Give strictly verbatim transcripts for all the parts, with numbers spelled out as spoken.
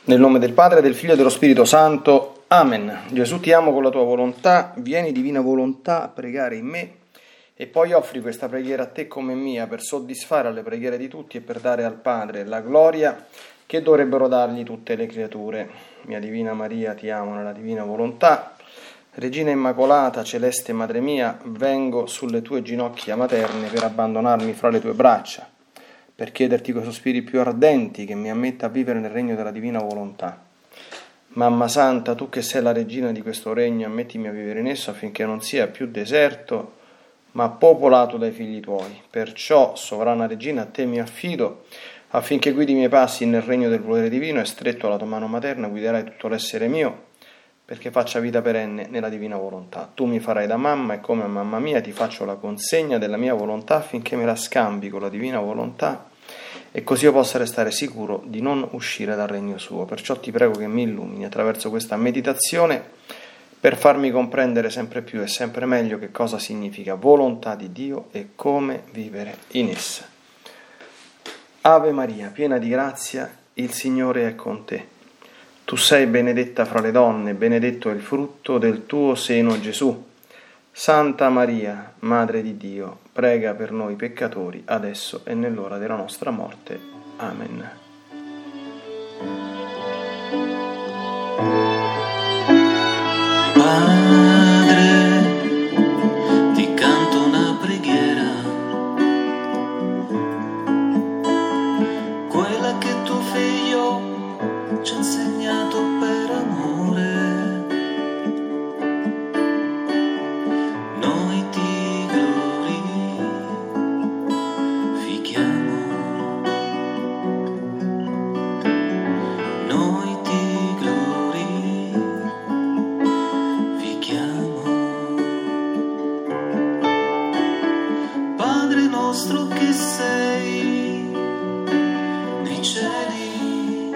Nel nome del Padre, del Figlio e dello Spirito Santo. Amen. Gesù, ti amo con la tua volontà, vieni divina volontà a pregare in me e poi offri questa preghiera a te come mia per soddisfare alle preghiere di tutti e per dare al Padre la gloria che dovrebbero dargli tutte le creature. Mia Divina Maria, ti amo nella divina volontà. Regina Immacolata, celeste Madre mia, vengo sulle tue ginocchia materne per abbandonarmi fra le tue braccia, per chiederti coi sospiri più ardenti che mi ammetta a vivere nel regno della divina volontà. Mamma Santa, tu che sei la regina di questo regno, ammettimi a vivere in esso affinché non sia più deserto, ma popolato dai figli tuoi. Perciò, sovrana regina, a te mi affido, affinché guidi i miei passi nel regno del volere divino e stretto alla tua mano materna guiderai tutto l'essere mio, perché faccia vita perenne nella divina volontà. Tu mi farai da mamma e come mamma mia ti faccio la consegna della mia volontà affinché me la scambi con la divina volontà e così io possa restare sicuro di non uscire dal regno suo. Perciò ti prego che mi illumini attraverso questa meditazione per farmi comprendere sempre più e sempre meglio che cosa significa volontà di Dio e come vivere in essa. Ave Maria, piena di grazia, il Signore è con te. Tu sei benedetta fra le donne, benedetto è il frutto del tuo seno Gesù. Santa Maria, Madre di Dio, prega per noi peccatori, adesso e nell'ora della nostra morte. Amen. Padre, ti canto una preghiera, quella che tuo figlio ci ha insegnato per amore. Noi ti glorifichiamo, noi ti glorifichiamo. Padre nostro che sei nei cieli,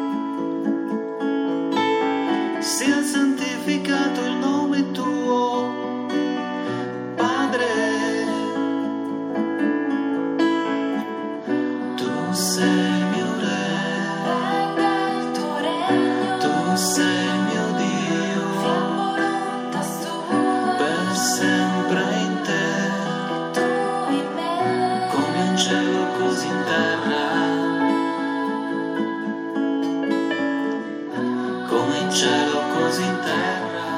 sia santificato il nome tuo, Padre. Tu sei mio Re, Venga il tuo regno, tu sei mio Dio, fia volontà sua, per sempre in te, tu in me, come in cielo così in terra, come in cielo così in terra.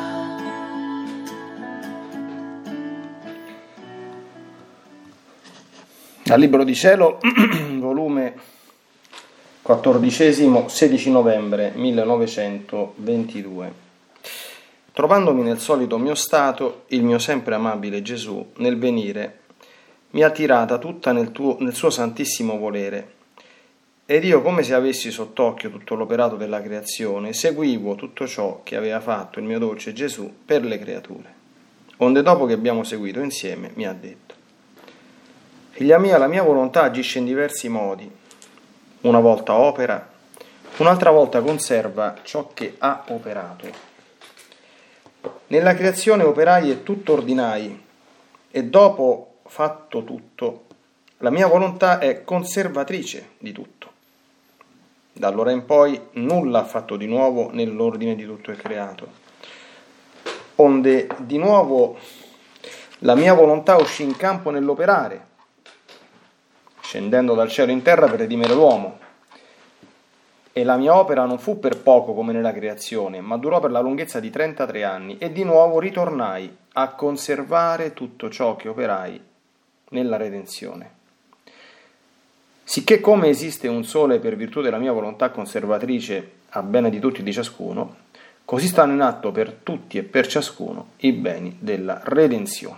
Dal Libro di Cielo, volume quattordicesimo, sedici novembre millenovecentoventidue. Trovandomi nel solito mio stato, il mio sempre amabile Gesù, nel venire, mi ha tirata tutta nel, tuo, nel suo santissimo volere, ed io, come se avessi sott'occhio tutto l'operato della creazione, seguivo tutto ciò che aveva fatto il mio dolce Gesù per le creature. Onde dopo che abbiamo seguito insieme, mi ha detto: Figlia mia, la mia volontà agisce in diversi modi. Una volta opera, un'altra volta conserva ciò che ha operato. Nella creazione operai e tutto ordinai, e dopo fatto tutto, la mia volontà è conservatrice di tutto. Da allora in poi nulla ha fatto di nuovo nell'ordine di tutto il creato. Onde di nuovo la mia volontà uscì in campo nell'operare, scendendo dal cielo in terra per redimere l'uomo. E la mia opera non fu per poco come nella creazione, ma durò per la lunghezza di trentatré anni, e di nuovo ritornai a conservare tutto ciò che operai nella redenzione. Sicché come esiste un sole per virtù della mia volontà conservatrice a bene di tutti e di ciascuno, così stanno in atto per tutti e per ciascuno i beni della redenzione.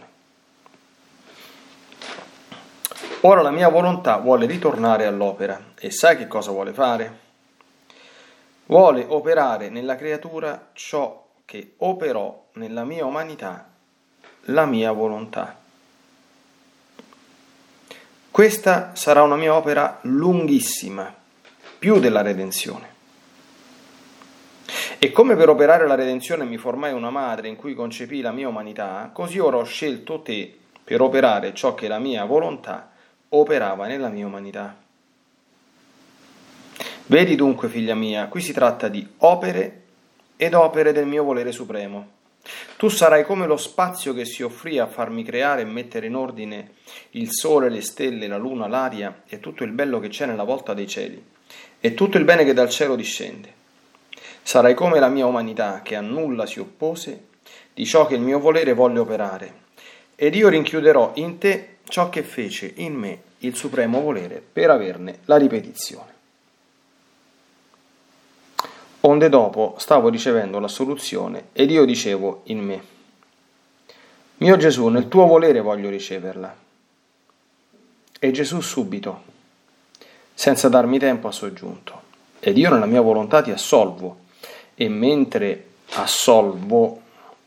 Ora la mia volontà vuole ritornare all'opera, e sai che cosa vuole fare? Vuole operare nella creatura ciò che operò nella mia umanità, la mia volontà. Questa sarà una mia opera lunghissima, più della redenzione. E come per operare la redenzione mi formai una madre in cui concepii la mia umanità, così ora ho scelto te per operare ciò che la mia volontà operava nella mia umanità. Vedi dunque, figlia mia, qui si tratta di opere ed opere del mio volere supremo. Tu sarai come lo spazio che si offrì a farmi creare e mettere in ordine il sole, le stelle, la luna, l'aria e tutto il bello che c'è nella volta dei cieli e tutto il bene che dal cielo discende. Sarai come la mia umanità che a nulla si oppose di ciò che il mio volere volle operare, ed io rinchiuderò in te ciò che fece in me il supremo volere per averne la ripetizione. Onde dopo stavo ricevendo l'assoluzione ed io dicevo in me: mio Gesù, nel tuo volere voglio riceverla. E Gesù subito, senza darmi tempo, ha soggiunto: ed io nella mia volontà ti assolvo, e mentre assolvo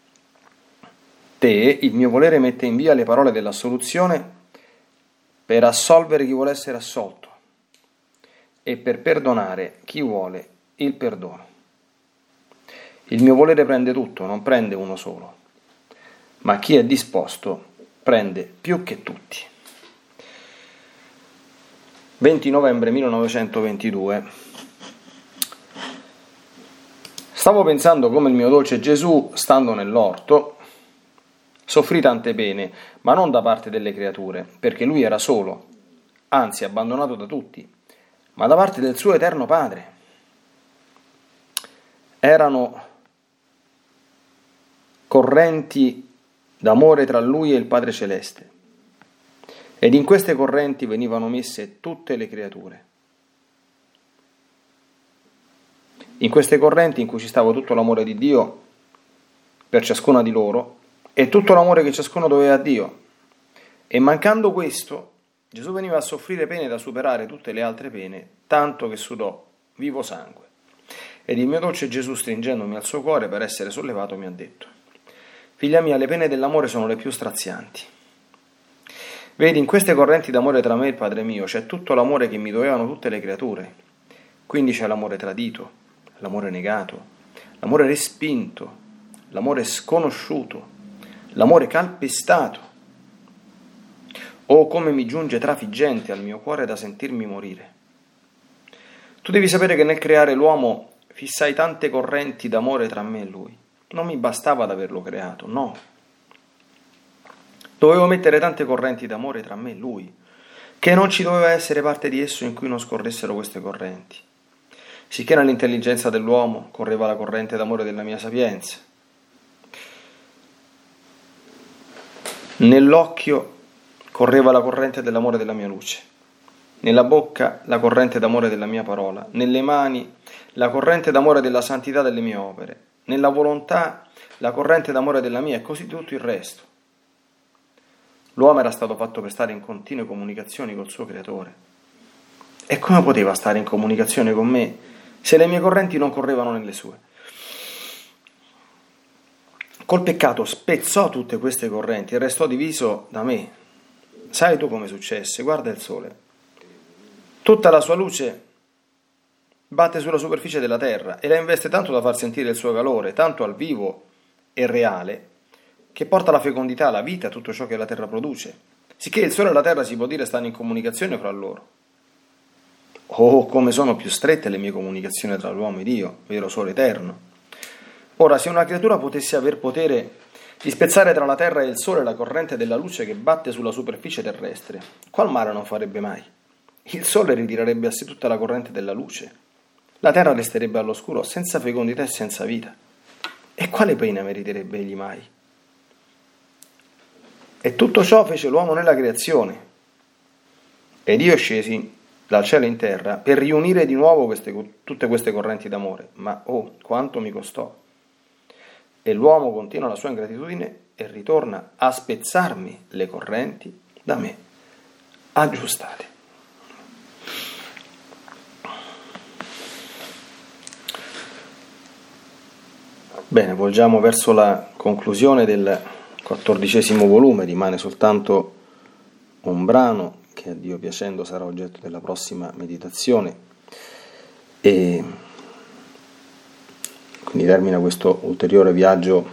te, il mio volere mette in via le parole dell'assoluzione per assolvere chi vuole essere assolto e per perdonare chi vuole il perdono. Il mio volere prende tutto, non prende uno solo, ma chi è disposto prende più che tutti. venti novembre millenovecentoventidue. Stavo pensando come il mio dolce Gesù, stando nell'orto, soffrì tante pene, ma non da parte delle creature, perché lui era solo, anzi abbandonato da tutti, ma da parte del suo eterno Padre. Erano correnti d'amore tra lui e il Padre Celeste, ed in queste correnti venivano messe tutte le creature. In queste correnti in cui ci stava tutto l'amore di Dio per ciascuna di loro e tutto l'amore che ciascuno doveva a Dio, e mancando questo Gesù veniva a soffrire pene da superare tutte le altre pene, tanto che sudò vivo sangue. Ed il mio dolce Gesù, stringendomi al suo cuore per essere sollevato, mi ha detto: figlia mia, le pene dell'amore sono le più strazianti. Vedi, in queste correnti d'amore tra me e il Padre mio c'è tutto l'amore che mi dovevano tutte le creature. Quindi c'è l'amore tradito, l'amore negato, l'amore respinto, l'amore sconosciuto, l'amore calpestato. Oh, come mi giunge trafiggente al mio cuore da sentirmi morire. Tu devi sapere che nel creare l'uomo fissai tante correnti d'amore tra me e lui. Non mi bastava ad averlo creato, no. Dovevo mettere tante correnti d'amore tra me e lui, che non ci doveva essere parte di esso in cui non scorressero queste correnti. Sicché nell'intelligenza dell'uomo correva la corrente d'amore della mia sapienza. Nell'occhio correva la corrente dell'amore della mia luce. Nella bocca la corrente d'amore della mia parola, nelle mani la corrente d'amore della santità delle mie opere, nella volontà la corrente d'amore della mia e così tutto il resto. L'uomo era stato fatto per stare in continue comunicazioni col suo creatore. E come poteva stare in comunicazione con me se le mie correnti non correvano nelle sue? Col peccato spezzò tutte queste correnti e restò diviso da me. Sai tu come successe? Guarda il sole. Tutta la sua luce batte sulla superficie della terra e la investe tanto da far sentire il suo calore, tanto al vivo e reale, che porta la fecondità, la vita, tutto ciò che la terra produce, sicché il sole e la terra si può dire stanno in comunicazione fra loro. Oh, come sono più strette le mie comunicazioni tra l'uomo ed Dio, vero sole eterno. Ora, se una creatura potesse aver potere di spezzare tra la terra e il sole la corrente della luce che batte sulla superficie terrestre, qual male non farebbe mai? Il sole ritirerebbe a sé tutta la corrente della luce, la terra resterebbe all'oscuro, senza fecondità e senza vita. E quale pena meriterebbe egli mai? E tutto ciò fece l'uomo nella creazione. Ed io scesi dal cielo in terra per riunire di nuovo queste, tutte queste correnti d'amore. Ma oh, quanto mi costò! E l'uomo continua la sua ingratitudine e ritorna a spezzarmi le correnti da me aggiustate. Bene, volgiamo verso la conclusione del quattordicesimo volume, rimane soltanto un brano che a Dio piacendo sarà oggetto della prossima meditazione e quindi termina questo ulteriore viaggio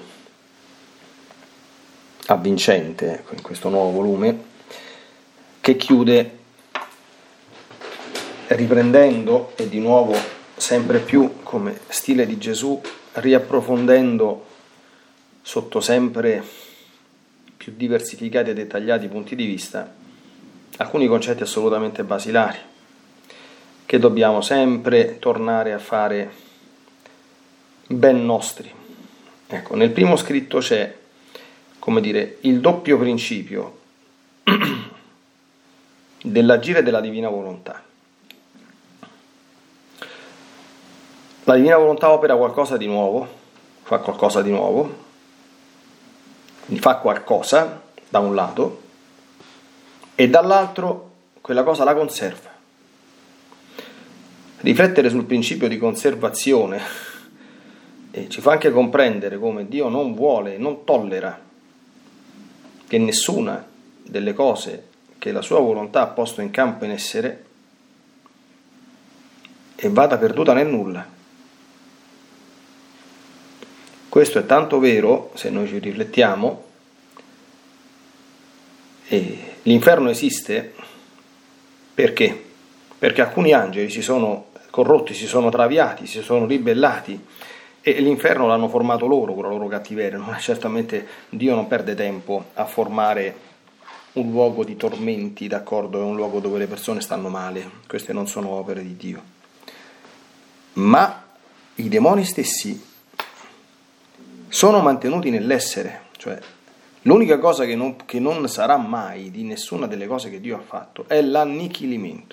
avvincente, ecco, in questo nuovo volume che chiude riprendendo e di nuovo sempre più come stile di Gesù, riapprofondendo sotto sempre più diversificati e dettagliati punti di vista alcuni concetti assolutamente basilari che dobbiamo sempre tornare a fare ben nostri. Ecco, nel primo scritto c'è, come dire, il doppio principio dell'agire della divina volontà. La divina volontà opera qualcosa di nuovo, fa qualcosa di nuovo, quindi fa qualcosa da un lato e dall'altro quella cosa la conserva. Riflettere sul principio di conservazione e ci fa anche comprendere come Dio non vuole, non tollera che nessuna delle cose che la sua volontà ha posto in campo in essere e vada perduta nel nulla. Questo è tanto vero, se noi ci riflettiamo, e l'inferno esiste perché? Perché alcuni angeli si sono corrotti, si sono traviati, si sono ribellati e l'inferno l'hanno formato loro con la loro cattiveria. Non è certamente Dio non perde tempo a formare un luogo di tormenti, d'accordo, è un luogo dove le persone stanno male, queste non sono opere di Dio. Ma i demoni stessi sono mantenuti nell'essere, cioè l'unica cosa che non, che non sarà mai di nessuna delle cose che Dio ha fatto è l'annichilimento.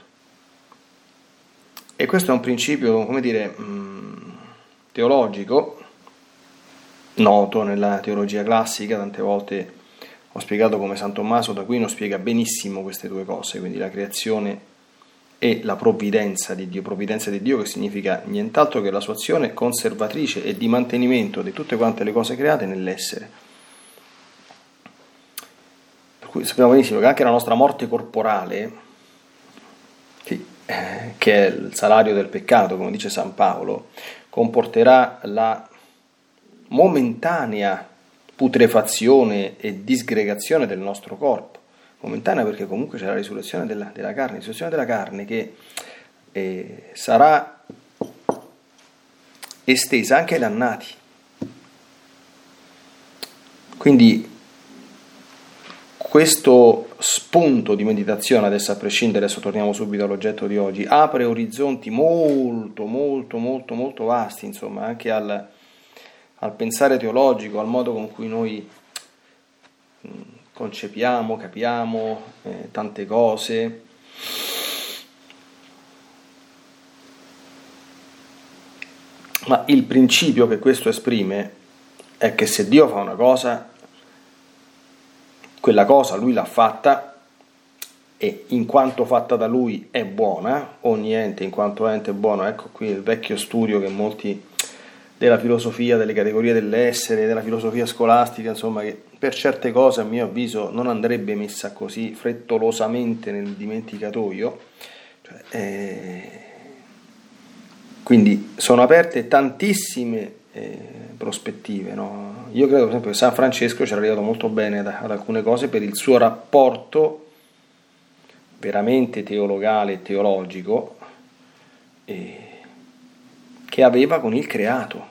E questo è un principio, come dire, mh, teologico, noto nella teologia classica. Tante volte ho spiegato come San Tommaso d'Aquino spiega benissimo queste due cose, quindi la creazione e la provvidenza di Dio. Provvidenza di Dio che significa nient'altro che la sua azione conservatrice e di mantenimento di tutte quante le cose create nell'essere. Per cui sappiamo benissimo che anche la nostra morte corporale, sì, eh, che è il salario del peccato, come dice San Paolo, comporterà la momentanea putrefazione e disgregazione del nostro corpo. Momentanea perché comunque c'è la risurrezione della, della carne, la risurrezione della carne che eh, sarà estesa anche ai dannati. Quindi questo spunto di meditazione, adesso a prescindere, adesso torniamo subito all'oggetto di oggi, apre orizzonti molto, molto, molto, molto vasti, insomma, anche al, al pensare teologico, al modo con cui noi mh, concepiamo, capiamo eh, tante cose. Ma il principio che questo esprime è che se Dio fa una cosa, quella cosa Lui l'ha fatta e in quanto fatta da Lui è buona, ogni ente in quanto ente è buono. Ecco qui il vecchio studio che molti della filosofia, delle categorie dell'essere, della filosofia scolastica, insomma, che per certe cose a mio avviso non andrebbe messa così frettolosamente nel dimenticatoio. Cioè, eh, quindi sono aperte tantissime eh, prospettive, no? Io credo per esempio che San Francesco ci era arrivato molto bene ad, ad alcune cose per il suo rapporto veramente teologale e teologico eh, che aveva con il creato,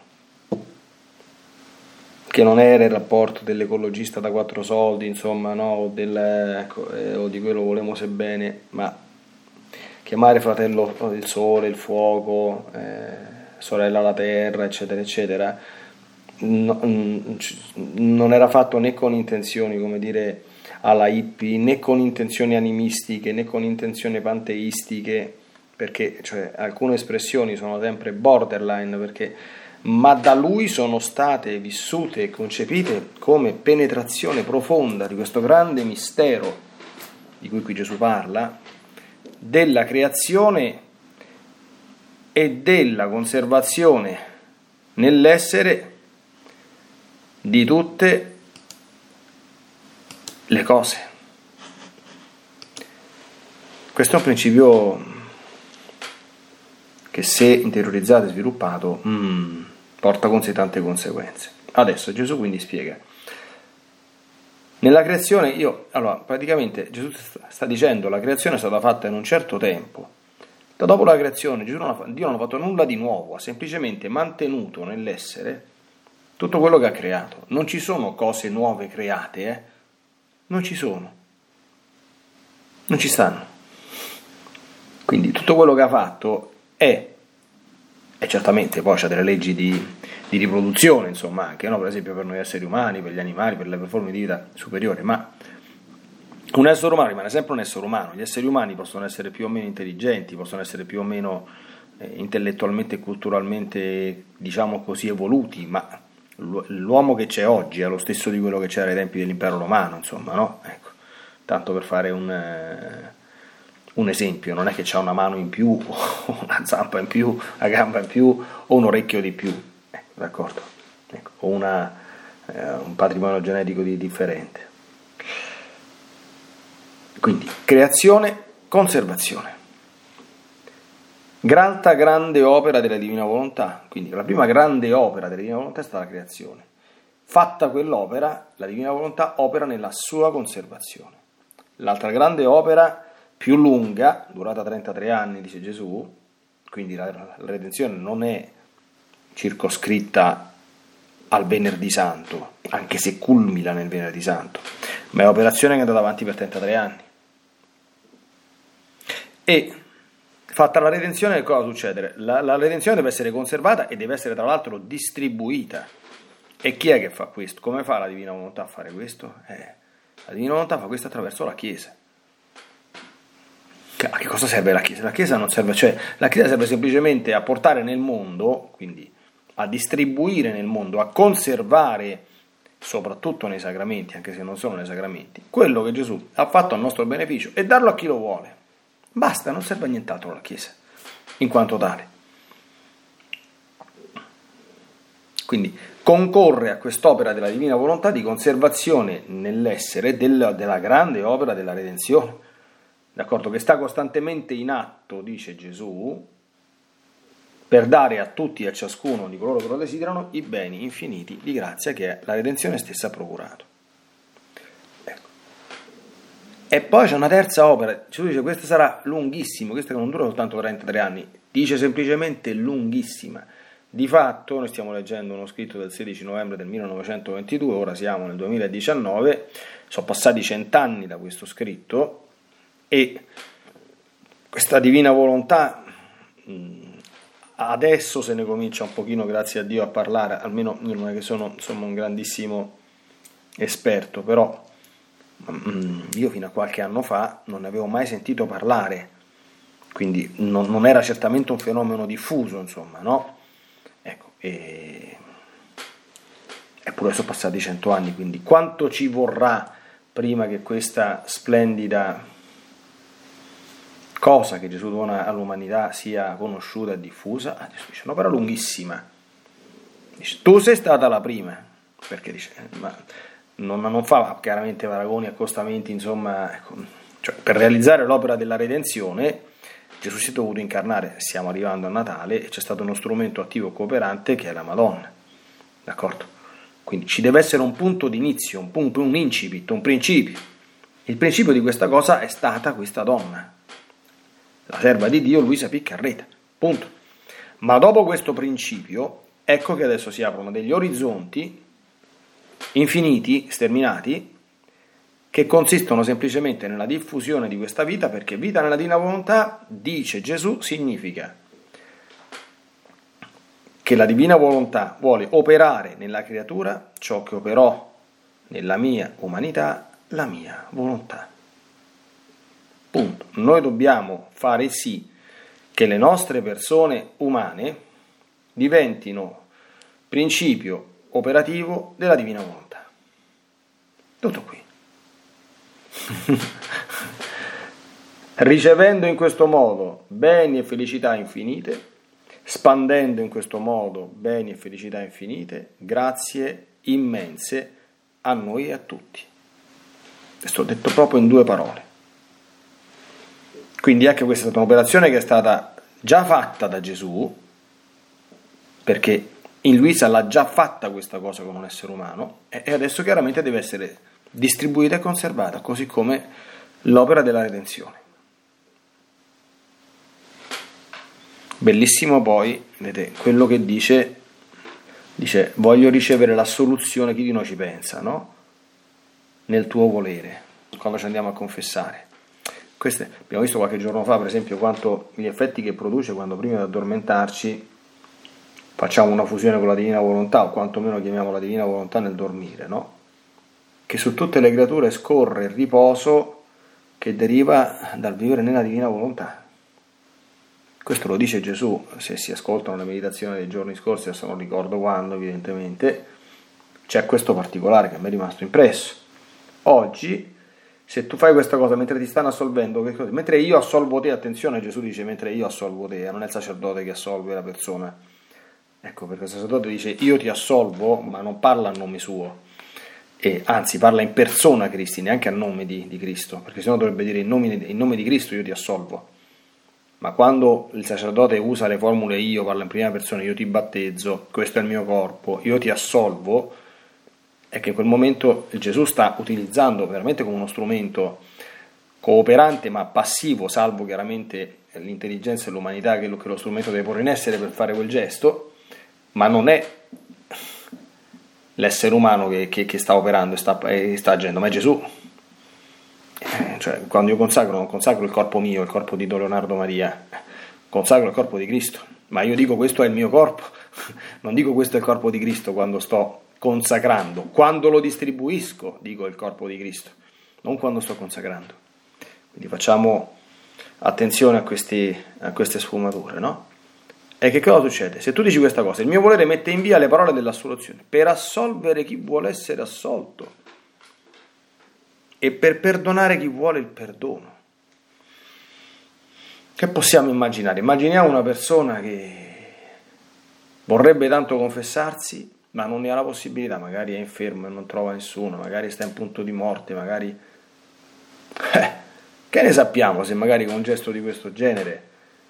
che non era il rapporto dell'ecologista da quattro soldi, insomma, no, o, del, ecco, eh, o di quello volemo se bene, ma chiamare fratello il sole, il fuoco, eh, sorella la terra, eccetera, eccetera, no, non era fatto né con intenzioni, come dire, alla hippie, né con intenzioni animistiche, né con intenzioni panteistiche, perché cioè, alcune espressioni sono sempre borderline, perché ma da lui sono state vissute e concepite come penetrazione profonda di questo grande mistero di cui qui Gesù parla, della creazione e della conservazione nell'essere di tutte le cose. Questo è un principio che se interiorizzato e sviluppato mm, porta con sé tante conseguenze. Adesso Gesù quindi spiega. Nella creazione io, allora praticamente Gesù sta dicendo la creazione è stata fatta in un certo tempo, Da dopo la creazione Gesù non ha, Dio non ha fatto nulla di nuovo, ha semplicemente mantenuto nell'essere tutto quello che ha creato. Non ci sono cose nuove create, eh? Non ci sono. Non ci stanno. Quindi tutto quello che ha fatto è, e certamente poi c'è delle leggi di, di riproduzione, insomma, anche, no? Per esempio per noi esseri umani, per gli animali, per le forme di vita superiori, ma un essere umano rimane sempre un essere umano. Gli esseri umani possono essere più o meno intelligenti, possono essere più o meno eh, intellettualmente e culturalmente, diciamo così, evoluti, ma l'uomo che c'è oggi è lo stesso di quello che c'era ai tempi dell'impero romano, insomma, no? Ecco, tanto per fare un, eh, un esempio, non è che c'ha una mano in più, o una zampa in più, una gamba in più, o un orecchio di più, ecco, d'accordo? Ecco, o una, eh, un patrimonio genetico di, differente. Quindi, creazione, conservazione. Granta grande opera della divina volontà, quindi la prima grande opera della divina volontà è stata la creazione. Fatta quell'opera, la divina volontà opera nella sua conservazione. L'altra grande opera, più lunga, durata trentatré anni, dice Gesù, quindi la, la redenzione non è circoscritta al venerdì santo, anche se culmina nel venerdì santo, ma è un'operazione che è andata avanti per trentatré anni. E fatta la redenzione, che cosa succede? La, la redenzione deve essere conservata e deve essere tra l'altro distribuita. E chi è che fa questo? Come fa la divina volontà a fare questo? Eh, la divina volontà fa questo attraverso la Chiesa. A che cosa serve la Chiesa? La Chiesa non serve, cioè la Chiesa serve semplicemente a portare nel mondo, quindi a distribuire nel mondo, a conservare, soprattutto nei sacramenti, anche se non sono nei sacramenti, quello che Gesù ha fatto a nostro beneficio e darlo a chi lo vuole. Basta, non serve a nient'altro la Chiesa, in quanto tale. Quindi concorre a quest'opera della divina volontà di conservazione nell'essere del, della grande opera della redenzione, d'accordo? Che sta costantemente in atto, dice Gesù, per dare a tutti e a ciascuno di coloro che lo desiderano i beni infiniti di grazia che la redenzione stessa ha procurato. E poi c'è una terza opera, Gesù dice questa sarà lunghissima, questa che non dura soltanto trentatré anni, dice semplicemente lunghissima. Di fatto noi stiamo leggendo uno scritto del sedici novembre del millenovecentoventidue, ora siamo nel duemiladiciannove, sono passati cent'anni da questo scritto e questa divina volontà adesso se ne comincia un pochino, grazie a Dio, a parlare, almeno io non è che sono insomma un grandissimo esperto, però io fino a qualche anno fa non ne avevo mai sentito parlare, quindi non, non era certamente un fenomeno diffuso, insomma, no? Ecco, e... eppure sono passati cento anni, quindi quanto ci vorrà prima che questa splendida cosa che Gesù dona all'umanità sia conosciuta e diffusa? Ah, Gesù dice, un'opera lunghissima. Dice, tu sei stata la prima, perché dice, ma Non, non fa chiaramente paragoni, accostamenti, insomma, ecco, cioè, per realizzare l'opera della redenzione Gesù si è dovuto incarnare, stiamo arrivando a Natale e c'è stato uno strumento attivo e cooperante che è la Madonna, d'accordo? Quindi ci deve essere un punto di inizio, un punto, un incipit, un principio. Il principio di questa cosa è stata questa donna, la serva di Dio Luisa Piccarreta, punto. Ma dopo questo principio, ecco che adesso si aprono degli orizzonti infiniti, sterminati, che consistono semplicemente nella diffusione di questa vita, perché vita nella divina volontà, dice Gesù, significa che la divina volontà vuole operare nella creatura ciò che operò nella mia umanità, la mia volontà. Punto. Noi dobbiamo fare sì che le nostre persone umane diventino principio operativo della divina volontà. Tutto qui. Ricevendo in questo modo beni e felicità infinite, spandendo in questo modo beni e felicità infinite, grazie immense a noi e a tutti. Questo detto proprio in due parole. Quindi anche questa è stata un'operazione che è stata già fatta da Gesù, perché in Luisa l'ha già fatta questa cosa con un essere umano, e adesso chiaramente deve essere distribuita e conservata, così come l'opera della redenzione. Bellissimo poi, vedete, quello che dice, dice voglio ricevere l'assoluzione, chi di noi ci pensa, no? Nel tuo volere, quando ci andiamo a confessare. Queste, abbiamo visto qualche giorno fa, per esempio, quanto gli effetti che produce quando prima di addormentarci facciamo una fusione con la divina volontà, o quantomeno chiamiamo la divina volontà nel dormire, no? Che su tutte le creature scorre il riposo che deriva dal vivere nella divina volontà. Questo lo dice Gesù, se si ascoltano le meditazioni dei giorni scorsi, adesso non ricordo quando, evidentemente, c'è questo particolare che a me è rimasto impresso. Oggi, se tu fai questa cosa mentre ti stanno assolvendo, mentre io assolvo te, attenzione, Gesù dice mentre io assolvo te, non è il sacerdote che assolve la persona. Ecco, perché il sacerdote dice io ti assolvo, ma non parla a nome suo, e anzi parla in persona Cristi, neanche a nome di, di Cristo, perché sennò dovrebbe dire in nome, in nome di Cristo io ti assolvo. Ma quando il sacerdote usa le formule io, parla in prima persona, io ti battezzo, questo è il mio corpo, io ti assolvo, è che in quel momento Gesù sta utilizzando veramente come uno strumento cooperante ma passivo, salvo chiaramente l'intelligenza e l'umanità che lo, che lo strumento deve porre in essere per fare quel gesto, ma non è l'essere umano che, che, che sta operando e sta, e sta agendo, ma è Gesù. Eh, cioè, quando io consacro, non consacro il corpo mio, il corpo di Don Leonardo Maria, consacro il corpo di Cristo, ma io dico questo è il mio corpo, non dico questo è il corpo di Cristo quando sto consacrando, quando lo distribuisco dico il corpo di Cristo, non quando sto consacrando. Quindi facciamo attenzione a, questi, a queste sfumature, no? E che cosa succede? Se tu dici questa cosa, il mio volere mette in via le parole dell'assoluzione per assolvere chi vuole essere assolto e per perdonare chi vuole il perdono. Che possiamo immaginare? Immaginiamo una persona che vorrebbe tanto confessarsi, ma non ne ha la possibilità, magari è infermo e non trova nessuno, magari sta in punto di morte, magari... Eh, che ne sappiamo se magari con un gesto di questo genere,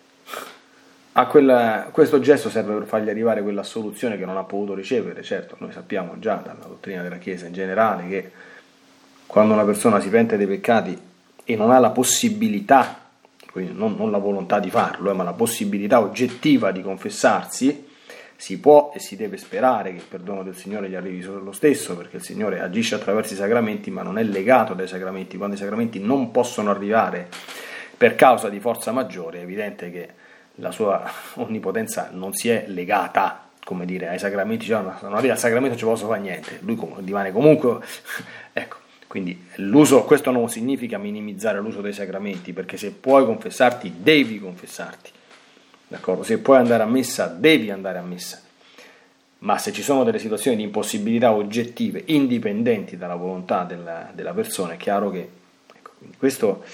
a quella, questo gesto serve per fargli arrivare quella soluzione che non ha potuto ricevere. Certo, noi sappiamo già dalla dottrina della Chiesa in generale che quando una persona si pente dei peccati e non ha la possibilità, quindi non, non la volontà di farlo, eh, ma la possibilità oggettiva di confessarsi, si può e si deve sperare che il perdono del Signore gli arrivi lo stesso, perché il Signore agisce attraverso i sacramenti, ma non è legato dai sacramenti. Quando i sacramenti non possono arrivare per causa di forza maggiore, è evidente che la sua onnipotenza non si è legata, come dire, ai sacramenti, cioè non arriva al sacramento non ci posso fare niente, lui rimane comunque, ecco. Quindi l'uso, questo non significa minimizzare l'uso dei sacramenti, perché se puoi confessarti, devi confessarti, d'accordo? Se puoi andare a messa, devi andare a messa, ma se ci sono delle situazioni di impossibilità oggettive, indipendenti dalla volontà della, della persona, è chiaro che, ecco, quindi questo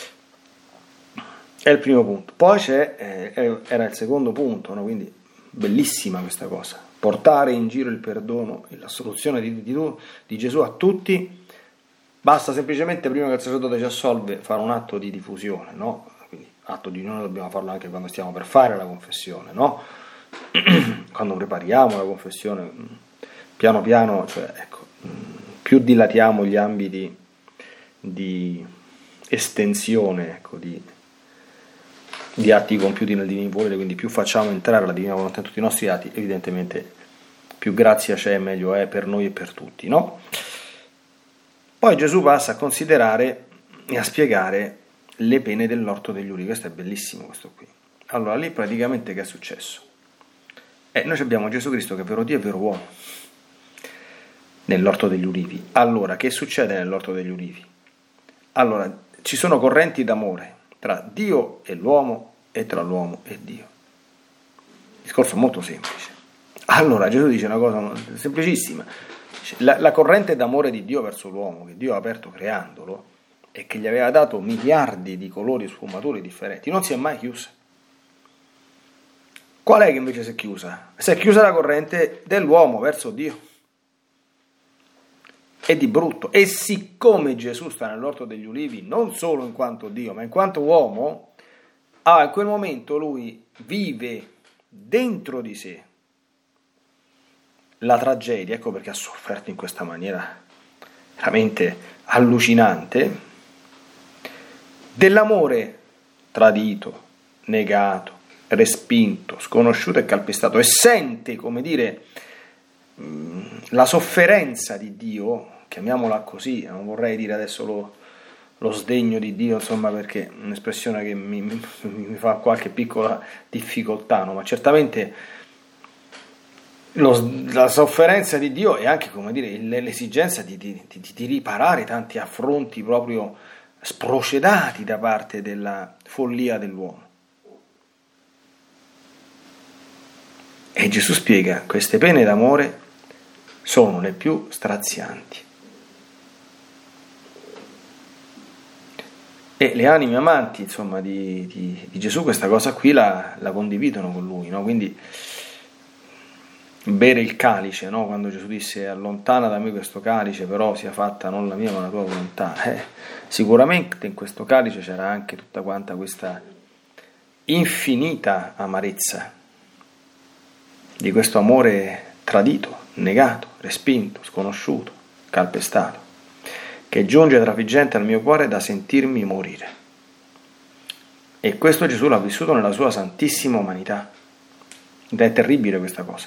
è il primo punto. Poi c'è, eh, era il secondo punto, no? Quindi bellissima questa cosa, portare in giro il perdono e la soluzione di, di, di Gesù a tutti. Basta semplicemente, prima che il sacerdote ci assolve, fare un atto di diffusione, no? Quindi atto di unione dobbiamo farlo anche quando stiamo per fare la confessione, no? Quando prepariamo la confessione, piano piano, cioè, ecco, più dilatiamo gli ambiti di estensione, ecco, di, di atti compiuti nel divino volere, quindi più facciamo entrare la divina volontà in tutti i nostri atti, evidentemente più grazia c'è, meglio è per noi e per tutti, no? Poi Gesù passa a considerare e a spiegare le pene dell'orto degli ulivi. Questo è bellissimo, questo qui. Allora, lì praticamente che è successo? Eh, noi abbiamo Gesù Cristo che è vero Dio e vero uomo nell'orto degli ulivi. Allora, che succede nell'orto degli ulivi? Allora, ci sono correnti d'amore tra Dio e l'uomo e tra l'uomo e Dio. Il discorso è molto semplice. Allora, Gesù dice una cosa semplicissima. La, la corrente d'amore di Dio verso l'uomo, che Dio ha aperto creandolo e che gli aveva dato miliardi di colori e sfumature differenti, non si è mai chiusa. Qual è che invece si è chiusa? Si è chiusa la corrente dell'uomo verso Dio. E di brutto. E siccome Gesù sta nell'orto degli ulivi, non solo in quanto Dio, ma in quanto uomo, ah, in quel momento lui vive dentro di sé la tragedia, ecco perché ha sofferto in questa maniera veramente allucinante, dell'amore tradito, negato, respinto, sconosciuto e calpestato, e sente, come dire, la sofferenza di Dio, chiamiamola così, non vorrei dire adesso lo, lo sdegno di Dio, insomma, perché è un'espressione che mi, mi, mi fa qualche piccola difficoltà, no? Ma certamente lo, la sofferenza di Dio è anche, come dire, l'esigenza di, di, di, di riparare tanti affronti proprio sprocedati da parte della follia dell'uomo. E Gesù spiega: queste pene d'amore sono le più strazianti. E le anime amanti, insomma, di, di, di Gesù questa cosa qui la, la condividono con lui, no? Quindi bere il calice, no? Quando Gesù disse: allontana da me questo calice, però sia fatta non la mia ma la tua volontà, eh, sicuramente in questo calice c'era anche tutta quanta questa infinita amarezza di questo amore tradito, negato, respinto, sconosciuto, calpestato, che giunge trafiggente al mio cuore da sentirmi morire. E questo Gesù l'ha vissuto nella sua santissima umanità, ed è terribile questa cosa.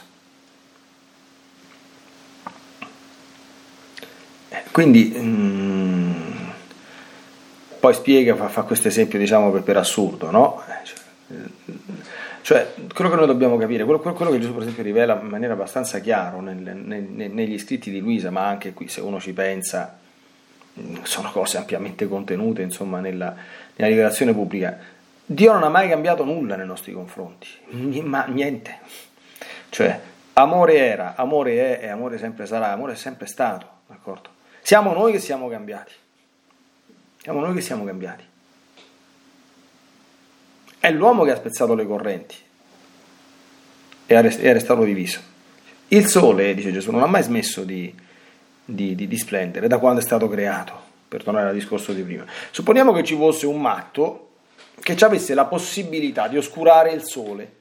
Quindi mh, poi spiega, fa, fa questo esempio, diciamo, per, per assurdo, no? Cioè, quello che noi dobbiamo capire, quello, quello che Gesù per esempio rivela in maniera abbastanza chiara nel, nel, negli scritti di Luisa, ma anche qui, se uno ci pensa, sono cose ampiamente contenute, insomma, nella, nella rivelazione pubblica. Dio non ha mai cambiato nulla nei nostri confronti, ma niente. Cioè, amore era, amore è e amore sempre sarà, amore è sempre stato, d'accordo? Siamo noi che siamo cambiati. Siamo noi che siamo cambiati. È l'uomo che ha spezzato le correnti e è restato diviso. Il sole, dice Gesù, non ha mai smesso di, di, di, di splendere da quando è stato creato, per tornare al discorso di prima. Supponiamo che ci fosse un matto che ci avesse la possibilità di oscurare il sole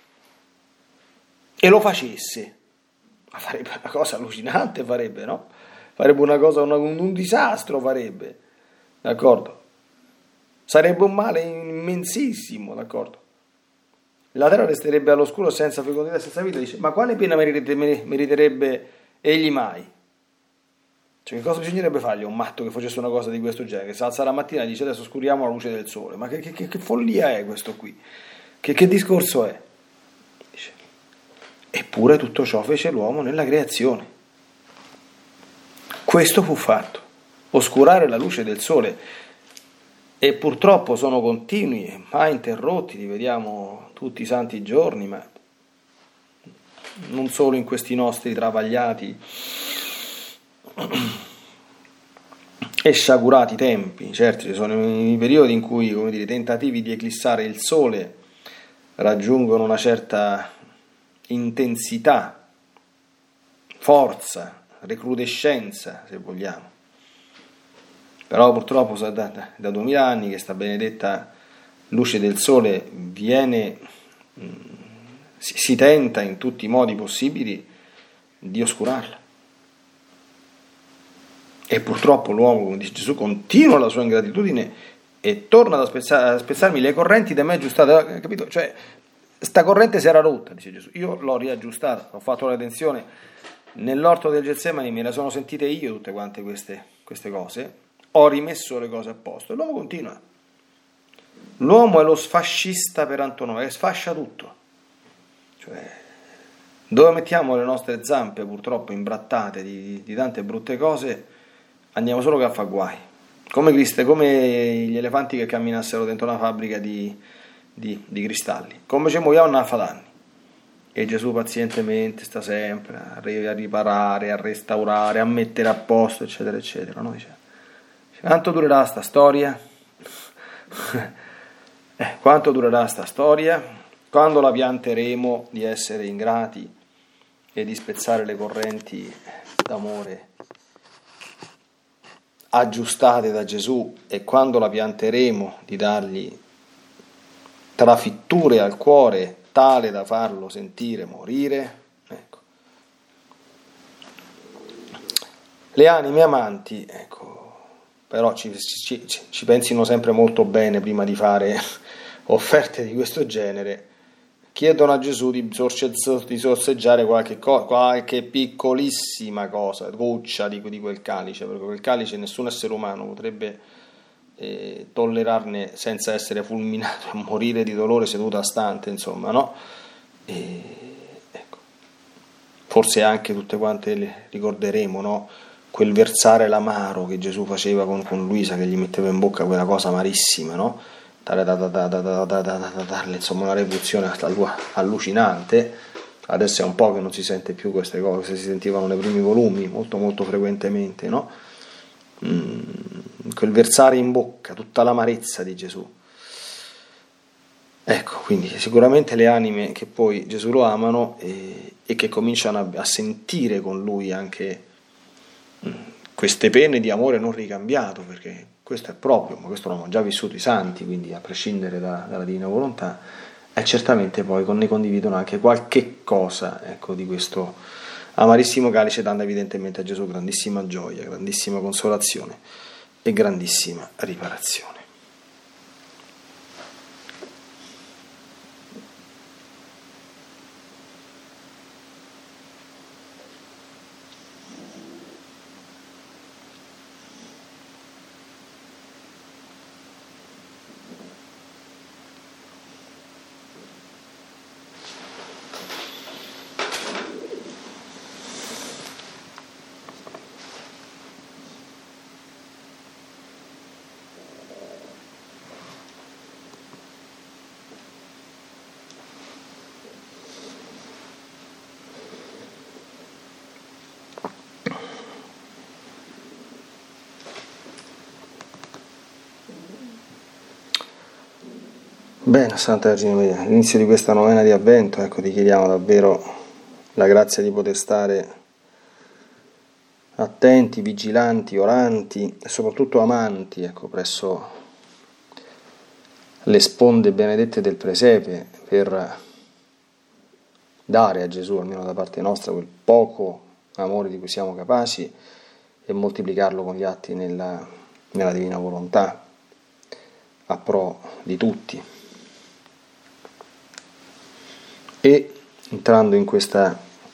e lo facesse. Ma farebbe una cosa allucinante, farebbe, no? Farebbe una cosa, una, un disastro farebbe, d'accordo? Sarebbe un male immensissimo, d'accordo? La terra resterebbe all'oscuro senza fecondità e senza vita. Dice: ma quale pena meriterebbe egli mai? Cioè, che cosa bisognerebbe fargli a un matto che facesse una cosa di questo genere? Che si alza la mattina e dice: adesso oscuriamo la luce del sole. Ma che, che, che follia è questo qui? Che, che discorso è? Dice: eppure tutto ciò fece l'uomo nella creazione. Questo fu fatto, oscurare la luce del sole. E purtroppo sono continui e mai interrotti, li vediamo tutti i santi giorni, ma non solo in questi nostri travagliati e sciagurati tempi. Certo, ci sono i periodi in cui, come dire, i tentativi di eclissare il sole raggiungono una certa intensità, forza, recrudescenza, se vogliamo. Però purtroppo da, da, da duemila anni che sta benedetta luce del sole viene, mh, si, si tenta in tutti i modi possibili di oscurarla. E purtroppo l'uomo, come dice Gesù, continua la sua ingratitudine e torna ad spezzar, a spezzarmi le correnti da me aggiustate. Capito? Cioè, sta corrente si era rotta, dice Gesù. Io l'ho riaggiustata, ho fatto la tensione nell'orto del Getsemani, me le sono sentite io tutte quante queste, queste cose. Ho rimesso le cose a posto e l'uomo continua. L'uomo è lo sfascista per antonomasia, che sfascia tutto. Cioè, dove mettiamo le nostre zampe purtroppo imbrattate di, di tante brutte cose, andiamo solo che a fa guai. Come, Cristo, come gli elefanti che camminassero dentro una fabbrica di, di, di cristalli. Come ci muoviamo a fa danni. E Gesù pazientemente sta sempre a riparare, a restaurare, a mettere a posto, eccetera, eccetera. No? Dice, quanto durerà sta storia? eh, quanto durerà sta storia? Quando la pianteremo di essere ingrati e di spezzare le correnti d'amore aggiustate da Gesù, e quando la pianteremo di dargli trafitture al cuore tale da farlo sentire morire? Ecco. Le anime amanti, ecco, però ci, ci, ci pensino sempre molto bene prima di fare offerte di questo genere, chiedono a Gesù di, sorce- di sorseggiare qualche, co- qualche piccolissima cosa, goccia di, di quel calice, perché quel calice nessun essere umano potrebbe eh, tollerarne senza essere fulminato e morire di dolore seduto a stante, insomma, no? E, ecco. Forse anche tutte quante le ricorderemo, no? Quel versare l'amaro che Gesù faceva con, con Luisa, che gli metteva in bocca quella cosa amarissima, no? Da, da, da, da, da, da, da, da, da darle insomma una repuzione allucinante. Adesso è un po' che non si sente più queste cose, si sentivano nei primi volumi molto molto frequentemente, no? Mm, quel versare in bocca tutta l'amarezza di Gesù. Ecco, quindi sicuramente le anime che poi Gesù lo amano e, e che cominciano a, a sentire con lui anche mm, queste pene di amore non ricambiato, perché questo è proprio, ma questo l'hanno già vissuto i santi, quindi a prescindere da, dalla divina volontà, e certamente poi ne condividono anche qualche cosa, ecco, di questo amarissimo calice, dando evidentemente a Gesù grandissima gioia, grandissima consolazione e grandissima riparazione. Bene, Santa Vergine Maria, all'inizio di questa novena di Avvento, ecco, ti chiediamo davvero la grazia di poter stare attenti, vigilanti, oranti e soprattutto amanti, ecco, presso le sponde benedette del presepe, per dare a Gesù, almeno da parte nostra, quel poco amore di cui siamo capaci e moltiplicarlo con gli atti nella, nella divina volontà, a pro di tutti. E entrando in questa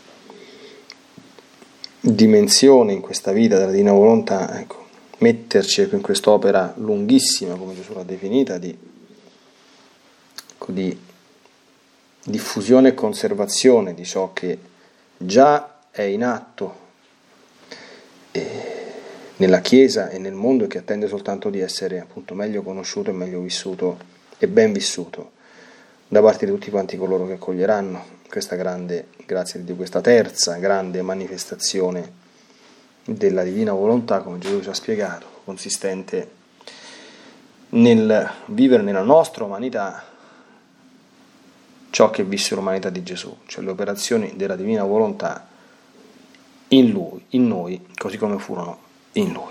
dimensione, in questa vita della divina volontà, ecco, metterci in quest'opera lunghissima, come Gesù l'ha definita, di, di diffusione e conservazione di ciò che già è in atto eh, nella Chiesa e nel mondo, e che attende soltanto di essere appunto meglio conosciuto e meglio vissuto e ben vissuto da parte di tutti quanti coloro che accoglieranno questa grande grazia di Dio, questa terza grande manifestazione della divina volontà, come Gesù ci ha spiegato, consistente nel vivere nella nostra umanità ciò che visse l'umanità di Gesù, cioè le operazioni della divina volontà in Lui, in noi, così come furono in Lui.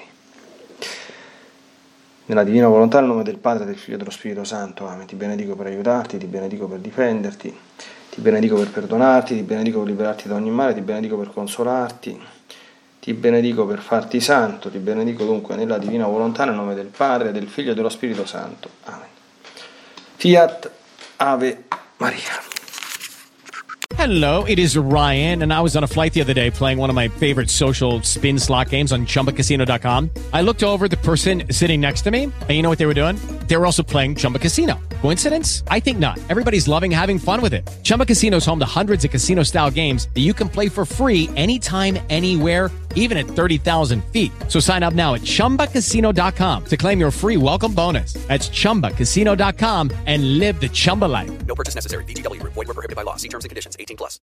Nella divina volontà, nel nome del Padre, del Figlio e dello Spirito Santo, amen. Ti benedico per aiutarti, ti benedico per difenderti, ti benedico per perdonarti, ti benedico per liberarti da ogni male, ti benedico per consolarti, ti benedico per farti santo, ti benedico dunque nella divina volontà, nel nome del Padre, del Figlio e dello Spirito Santo. Amen. Fiat Ave Maria. Hello, it is Ryan, and I was on a flight the other day playing one of my favorite social spin slot games on Chumba Casino dot com. I looked over at the person sitting next to me, and you know what they were doing? They were also playing Chumba Casino. Coincidence? I think not. Everybody's loving having fun with it. Chumba Casino is home to hundreds of casino-style games that you can play for free anytime, anywhere, even at thirty thousand feet. So sign up now at Chumba Casino dot com to claim your free welcome bonus. That's Chumba Casino dot com and live the Chumba life. No purchase necessary. V G W. Void where prohibited by law. See terms and conditions. eighteen plus.